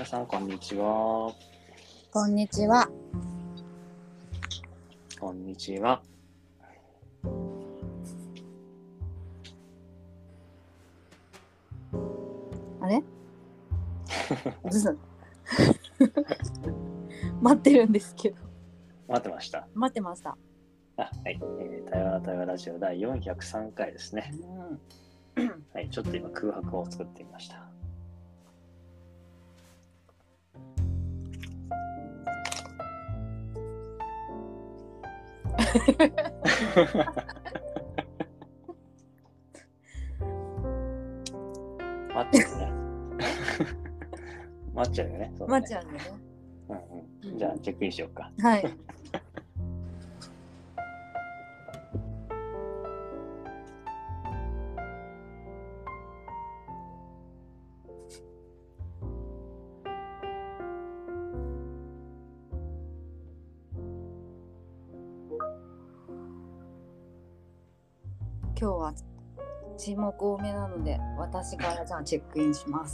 皆さんこんにちは。 こんにちは。 こんにちは。 あれどうしたの待ってるんですけど。 待ってました。 待ってました。 はい。対話の対話ラジオ第403回ですね。はい。ちょっと今空白を作ってみました。待っちゃうね。待っちゃうよね。そうだね。 待っちゃうよね。 うん。じゃあチェックインしようか。 はい。今日は沈黙多めなので私からじゃあチェックインします。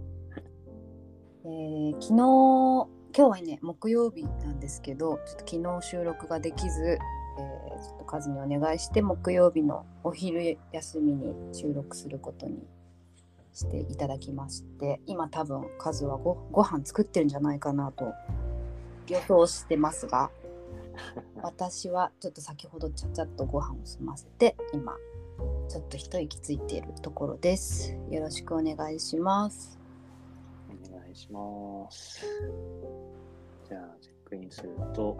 今日はね木曜日なんですけど、ちょっと昨日収録ができず、ちょっとカズにお願いして木曜日のお昼休みに収録することにしていただきまして、今多分カズはご飯作ってるんじゃないかなと予想してますが、私はちょっと先ほどちゃちゃっとご飯を済ませて今ちょっと一息ついているところです。よろしくお願いします。 お願いします。じゃあチェックインすると、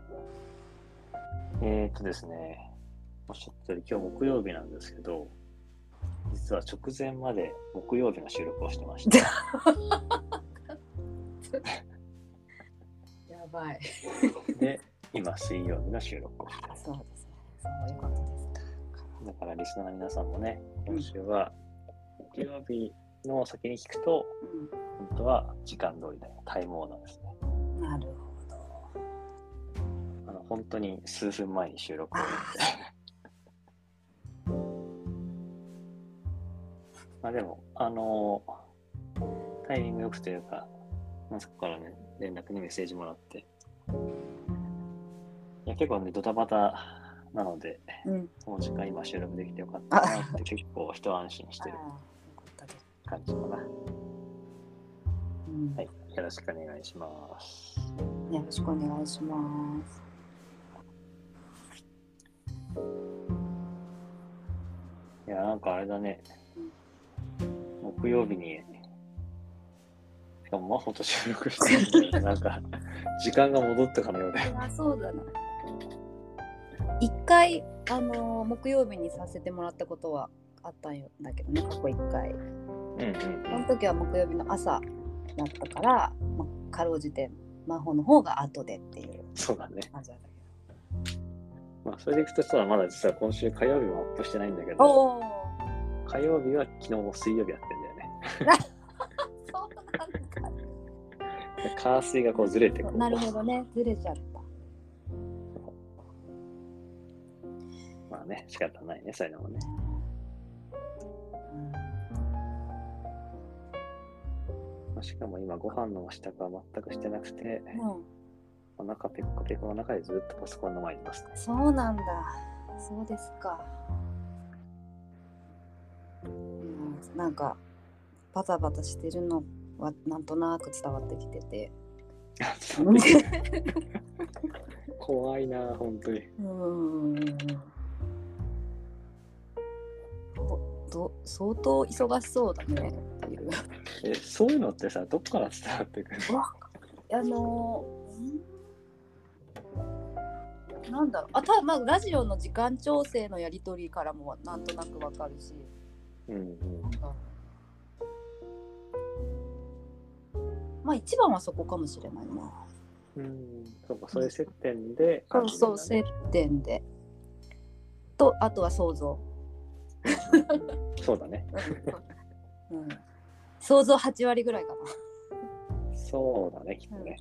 ですね、おっしゃった通り今日木曜日なんですけど、実は直前まで木曜日の収録をしてました。 やばい。 で、今水曜日の収録をしてます。 そうですね。そういうことですか。 だからリスナーの皆さんもね、今週は木曜日の先に聞くと、本当は時間通りだよ。タイムオーダーですね。 なるほど。 本当に数分前に収録をしてまあでも、タイミングよくというか、そこからね、連絡にメッセージもらって、いや結構ね、ドタバタなので、その時間今収録できてよかったなって結構一安心してる感じかな。はい、よろしくお願いします。 よろしくお願いします。 いや、なんかあれだね、木曜日に、しかも真帆と収録してるんだよ。なんか、時間が戻ったかのようで。 あ、そうだな。一回、木曜日にさせてもらったことはあったんだけどね、過去一回。その時は木曜日の朝だったから、かろうじて真帆の方が後でっていうそうだね。 感じだったけど。まあ、それでいくとさ、まだ実は今週火曜日もアップしてないんだけど、火曜日は昨日水曜日やってんだよね。 そうなんだ。 火水がこうずれてくる。 なるほどね、ずれちゃった。 まあね、仕方ないね、そういうのもね。しかも今ご飯の支度は全くしてなくて、お腹ペコペコの中でずっとパソコンの前にいますね。 そうなんだ。そうですか。なんかバタバタしてるのはなんとなく伝わってきてて。 怖いな、本当に。 相当忙しそうだねっていう。 そういうのってさ、どっから伝わってくるの？ なんだろう。まあラジオの時間調整のやり取りからもなんとなくわかるし。まあ一番はそこかもしれないな。 そうか、そういう接点で、 そう、接点で。と、あとは想像。 そうだね。 想像8割ぐらいかな。 そうだね、きっとね。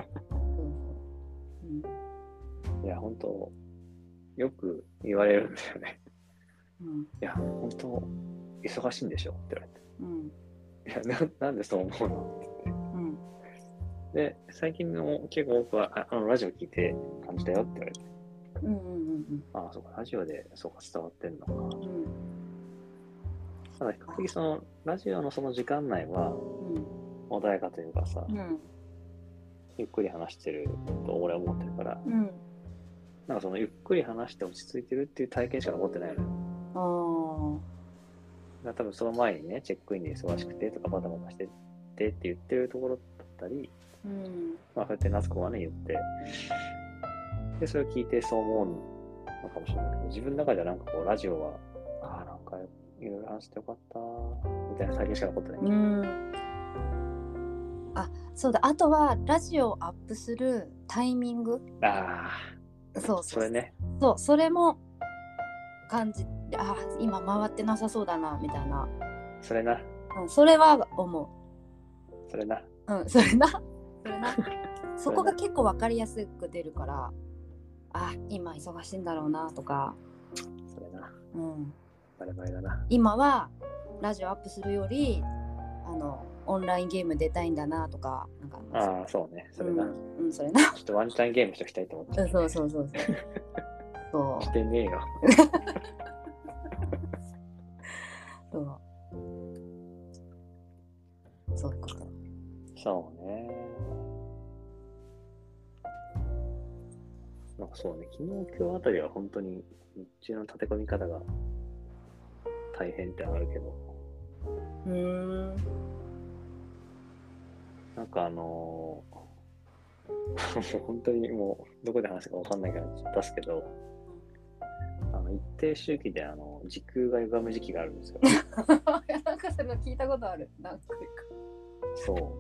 いや、本当よく言われるんだよね。いや、本当忙しいんでしょって言われて。いや、なんでそう思うのって言って。 で、最近の結構多くは、ラジオ聞いて感じたよって言われて、 うんうんうんああ、そうか、ラジオでそうか伝わってんのか。 うんただ比較的その、ラジオのその時間内は穏やかというかさ、 うんゆっくり話してると俺は思ってるから、 うんなんかそのゆっくり話して落ち着いてるっていう体験しか残ってないのよ。だから多分その前にね、チェックインで忙しくてとかバタバタしてって言ってるところだったり、まあそうやって夏子がね言って、で、それを聞いてそう思うのかもしれないけど、自分の中ではなんかこうラジオは、なんかいろいろ話してよかったみたいな体験しか残ってない。 そうだ、あとはラジオをアップするタイミング、そうそれね。 そう、それも感じて、今回ってなさそうだなみたいな、 それな。 それは思それな。 う。それなそこが結構分かりやすく出るから、今忙しいんだろうなとか、 それな。 バレバレだな。 今はラジオアップするよりオンラインゲーム出たいんだなとか、なんかそうね。それな。 それな。 ちょっとワンチャンゲームしときたいと思って。 そうしてねえよ。 そういうこと。 そうね。なんかそうね、昨日今日あたりは本当に日中の立て込み方が大変ってあるけど。なんか本当にもうどこで話すかわかんないから出すけど、一定周期で時空が歪む時期があるんですよ。 なんかそれ聞いたことある。何回か。 そう。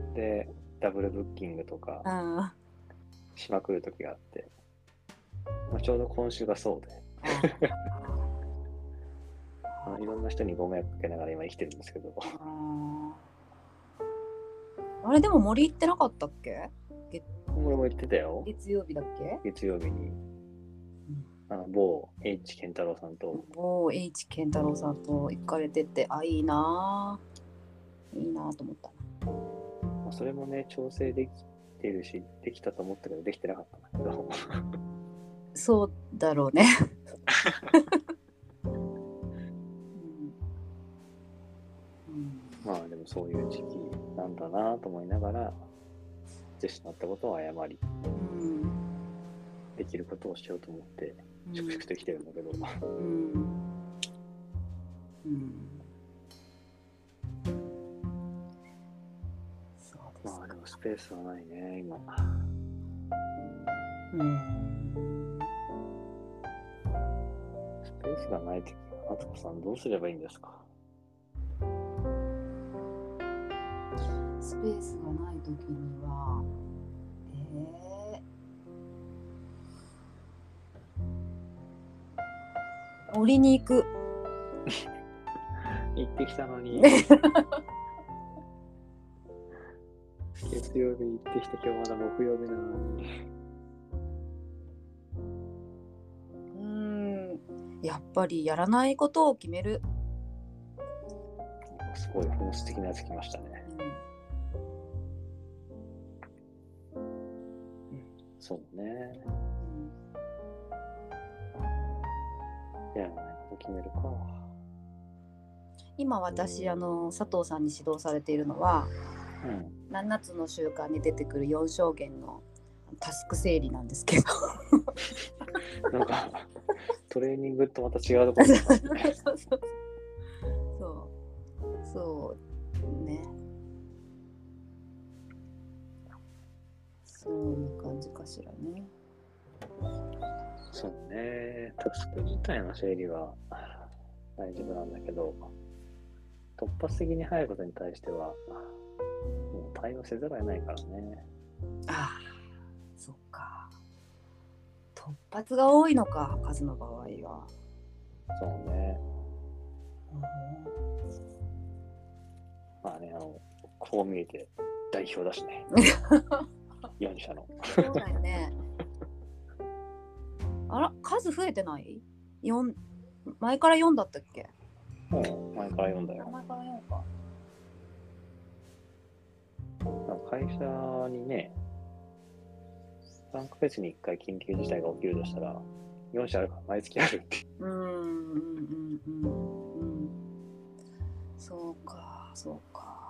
で、ダブルブッキングとかしまくる時があって、ちょうど今週がそうで、いろんな人にご迷惑かけながら今生きてるんですけど。 あれでも森行ってなかったっけ？ 俺も言ってたよ。 月曜日だっけ？ 月曜日に。某 H 健太郎さんと。 某 H 健太郎さんと行かれてて、いいなと思った。 それもね、調整できてるし、できたと思ったけど、できてなかったんだけど。 そうだろうね。 まあでもそういう時期なんだなと思いながら、してしまったことを謝り、できることをしようと思って粛々と生きてるんだけど、まあでもスペースはないね今。スペースがないときは敦子さんどうすればいいんですか？ スペースがないときには降りに行く。 行ってきたのに。月曜日行ってきて今日まだ木曜日なのに。やっぱりやらないことを決める。 すごい本質的なやつきましたね。そうね。やらないこと決めるか。 今私佐藤さんに指導されているのは、7つの習慣に出てくる4象限のタスク整理なんですけど。 なんかトレーニングとまた違うところですね。 そうね。そういう感じかしらね。 そうね。タスク自体の整理は大丈夫なんだけど、突発的に入ることに対してはもう対応せざるを得ないからね。 そっか。突発が多いのか、数の場合は。 そうね。まあね、こう見えて代表だしね。4社の。 そうだよね。数増えてない？ 4 前から4だったっけ？ 前から4だよ。 前から4か。 会社にね、3ヶ月に1回緊急事態が起きるとしたら、4社あるから毎月あるって。 そうか、そうか。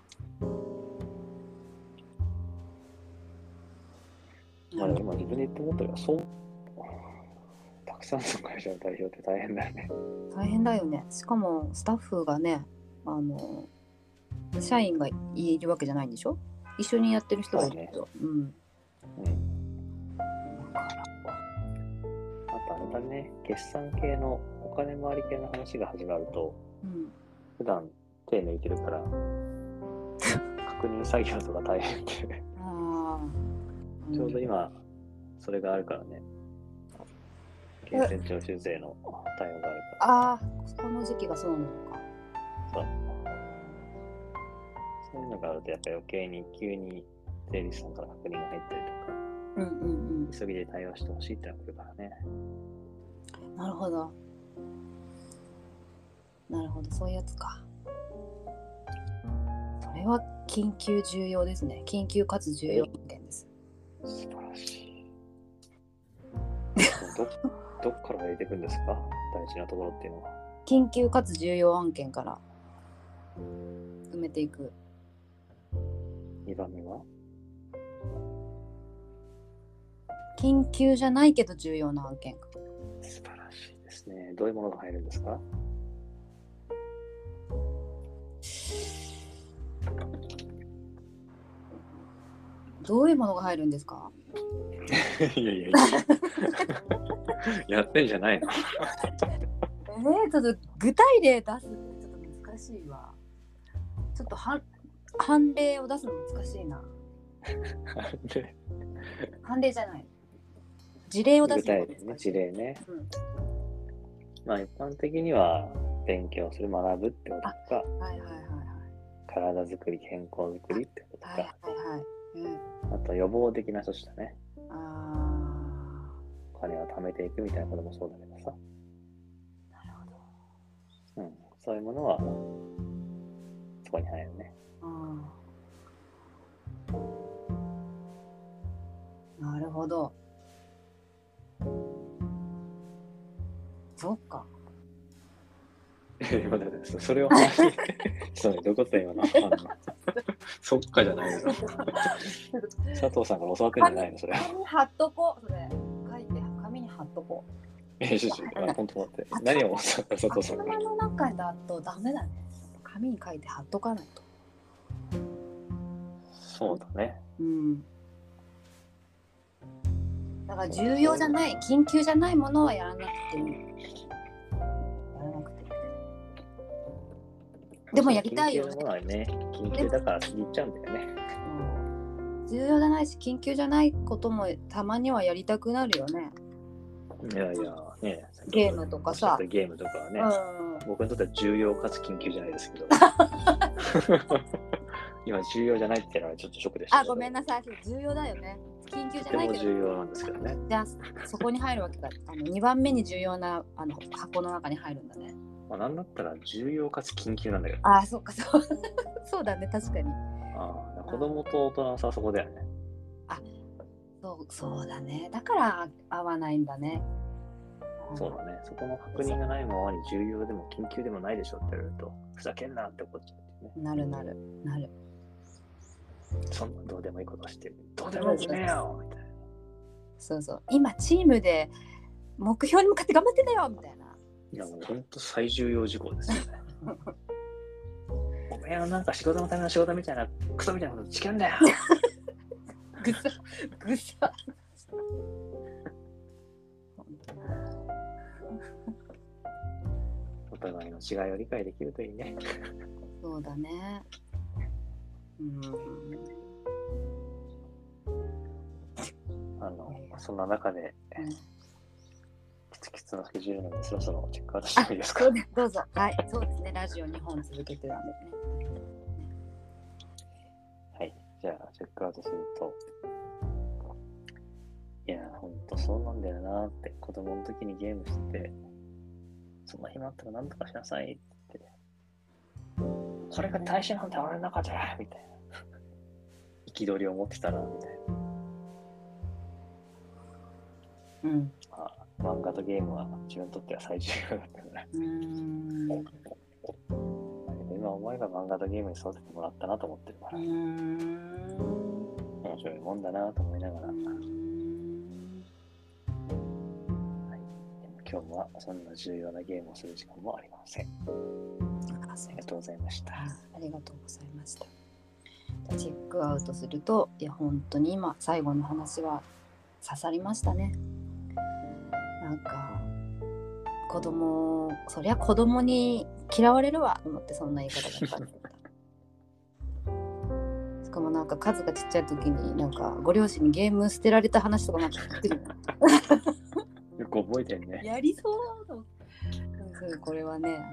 まあでも今自分で言って思ったけど、そうたくさんの会社の代表って大変だよね。 大変だよね。しかもスタッフがね、社員がいるわけじゃないんでしょ？一緒にやってる人がいると。 あとあれだね、決算系のお金回り系の話が始まると、普段手抜いてるから確認作業とか大変でちょうど今それがあるからね、源泉徴収税の対応があるから。 この時期がそうなのか。 そういうのがあるとやっぱ余計に急に税理士さんから確認が入ったりとか、急ぎで対応してほしいってのが来るからね。 なるほど、そういうやつか。それは緊急重要ですね。緊急かつ重要案件です。 素晴らしい。どっから入れていくんですか？大事なところっていうのは。 緊急かつ重要案件から埋めていく。 2番目は緊急じゃないけど重要な案件。 素晴らしいですね。どういうものが入るんですか？ どういうものが入るんですか？ いややってんじゃないの？ ちょっと具体例出すってちょっと難しいわ。ちょっと判例を出すの難しいな。判例じゃない。事例を出すの難しい。 具体例ね、事例ね。まあ一般的には勉強する、学ぶってことか、体づくり、健康づくりってことか、あと予防的な措置だね。お金を貯めていくみたいなこともそうだけどさ。 なるほど。 そういうものはそこに入るね。 なるほど。そっか。 それを話してそうね、どういうこと今のそっかじゃないの佐藤さんから教わってんじゃないのそれ。 紙に貼っとこう。それ書いて紙に貼っとこう。 本当待って。何を教わった佐藤さんから。 頭の中だとダメだね。紙に書いて貼っとかないと。 そうだね。 だから重要じゃない、緊急じゃないものはやらなくていい。でもやりたいよね。 緊急だから言っちゃうんだよね。 重要じゃないし、緊急じゃないこともたまにはやりたくなるよね。 いやね。 ゲームとかさ。 ゲームとかはね、僕にとっては重要かつ緊急じゃないですけど。今重要じゃないっていうのはちょっとショックでした。 ごめんなさい。重要だよね。緊急じゃないけど。 とても重要なんですけどね。 じゃあそこに入るわけか。2番目に重要な箱の中に入るんだね。 なんだったら重要かつ緊急なんだけど。 そうかそうだね、確かに。 子供と大人はさ、そこだよね。 そうだね。だから合わないんだね。 そうだね。そこの確認がないままに重要でも緊急でもないでしょって言われると、ふざけんなって怒っちゃう、ね。 なる。 そんなどうでもいいことしてる。どうでもいいねよみたいな。 そう。今チームで目標に向かって頑張ってたよみたいな。 いやもう本当最重要事項ですよね。お前はなんか仕事のための仕事みたいなクソみたいなこと誓うんだよ。 ぐさ。 お互いの違いを理解できるといいね。 そうだね。 そんな中で、きつなスケジュールなので、そろそろチェックアウトしてもいいですか？ どうぞ。はい、そうですね。ラジオ2本続けてたんでね。 はい、じゃあチェックアウトすると、いや、ほんとそうなんだよなって、子供の時にゲームして、その暇あったら何とかしなさいって、これが大事なんだ俺の中でみたいな。 憤りを持ってたなみたいな。漫画とゲームは自分にとっては最重要だったから。今思えば漫画とゲームに育ててもらったなと思ってるから。面白いもんだなと思いながら。はい、でも今日はそんな重要なゲームをする時間もありません。ありがとうございました。 ありがとうございました。チェックアウトすると、いや本当に今最後の話は刺さりましたね。なんかそりゃ子供に嫌われるわと思って、そんな言い方だったしかもなんか数がちっちゃい時になんかご両親にゲーム捨てられた話とかなんか聞ってるよく覚えてるね。 やりそうとこれはね、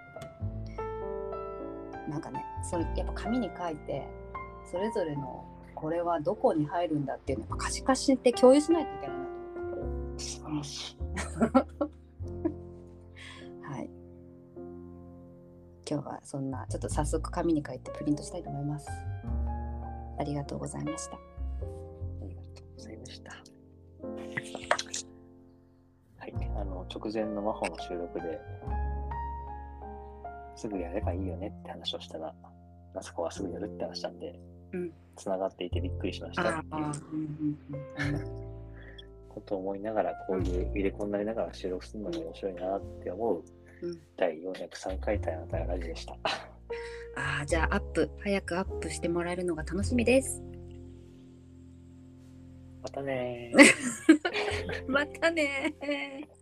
なんかね、それやっぱ紙に書いてそれぞれのこれはどこに入るんだっていうのを可視化して共有しないといけないなと思って。素晴らしい。はい。今日はそんなちょっと早速紙に書いてプリントしたいと思います。ありがとうございました。 ありがとうございました。はい。直前の真帆の収録ですぐやればいいよねって話をしたら、夏子はすぐやるって話したんで、つながっていてびっくりしましたっていうことを思いながら、こういう入れ込んだりながら収録するのが面白いなって思う、第403回タイのタイラジでした。 じゃあ早くアップしてもらえるのが楽しみです。 またねまたね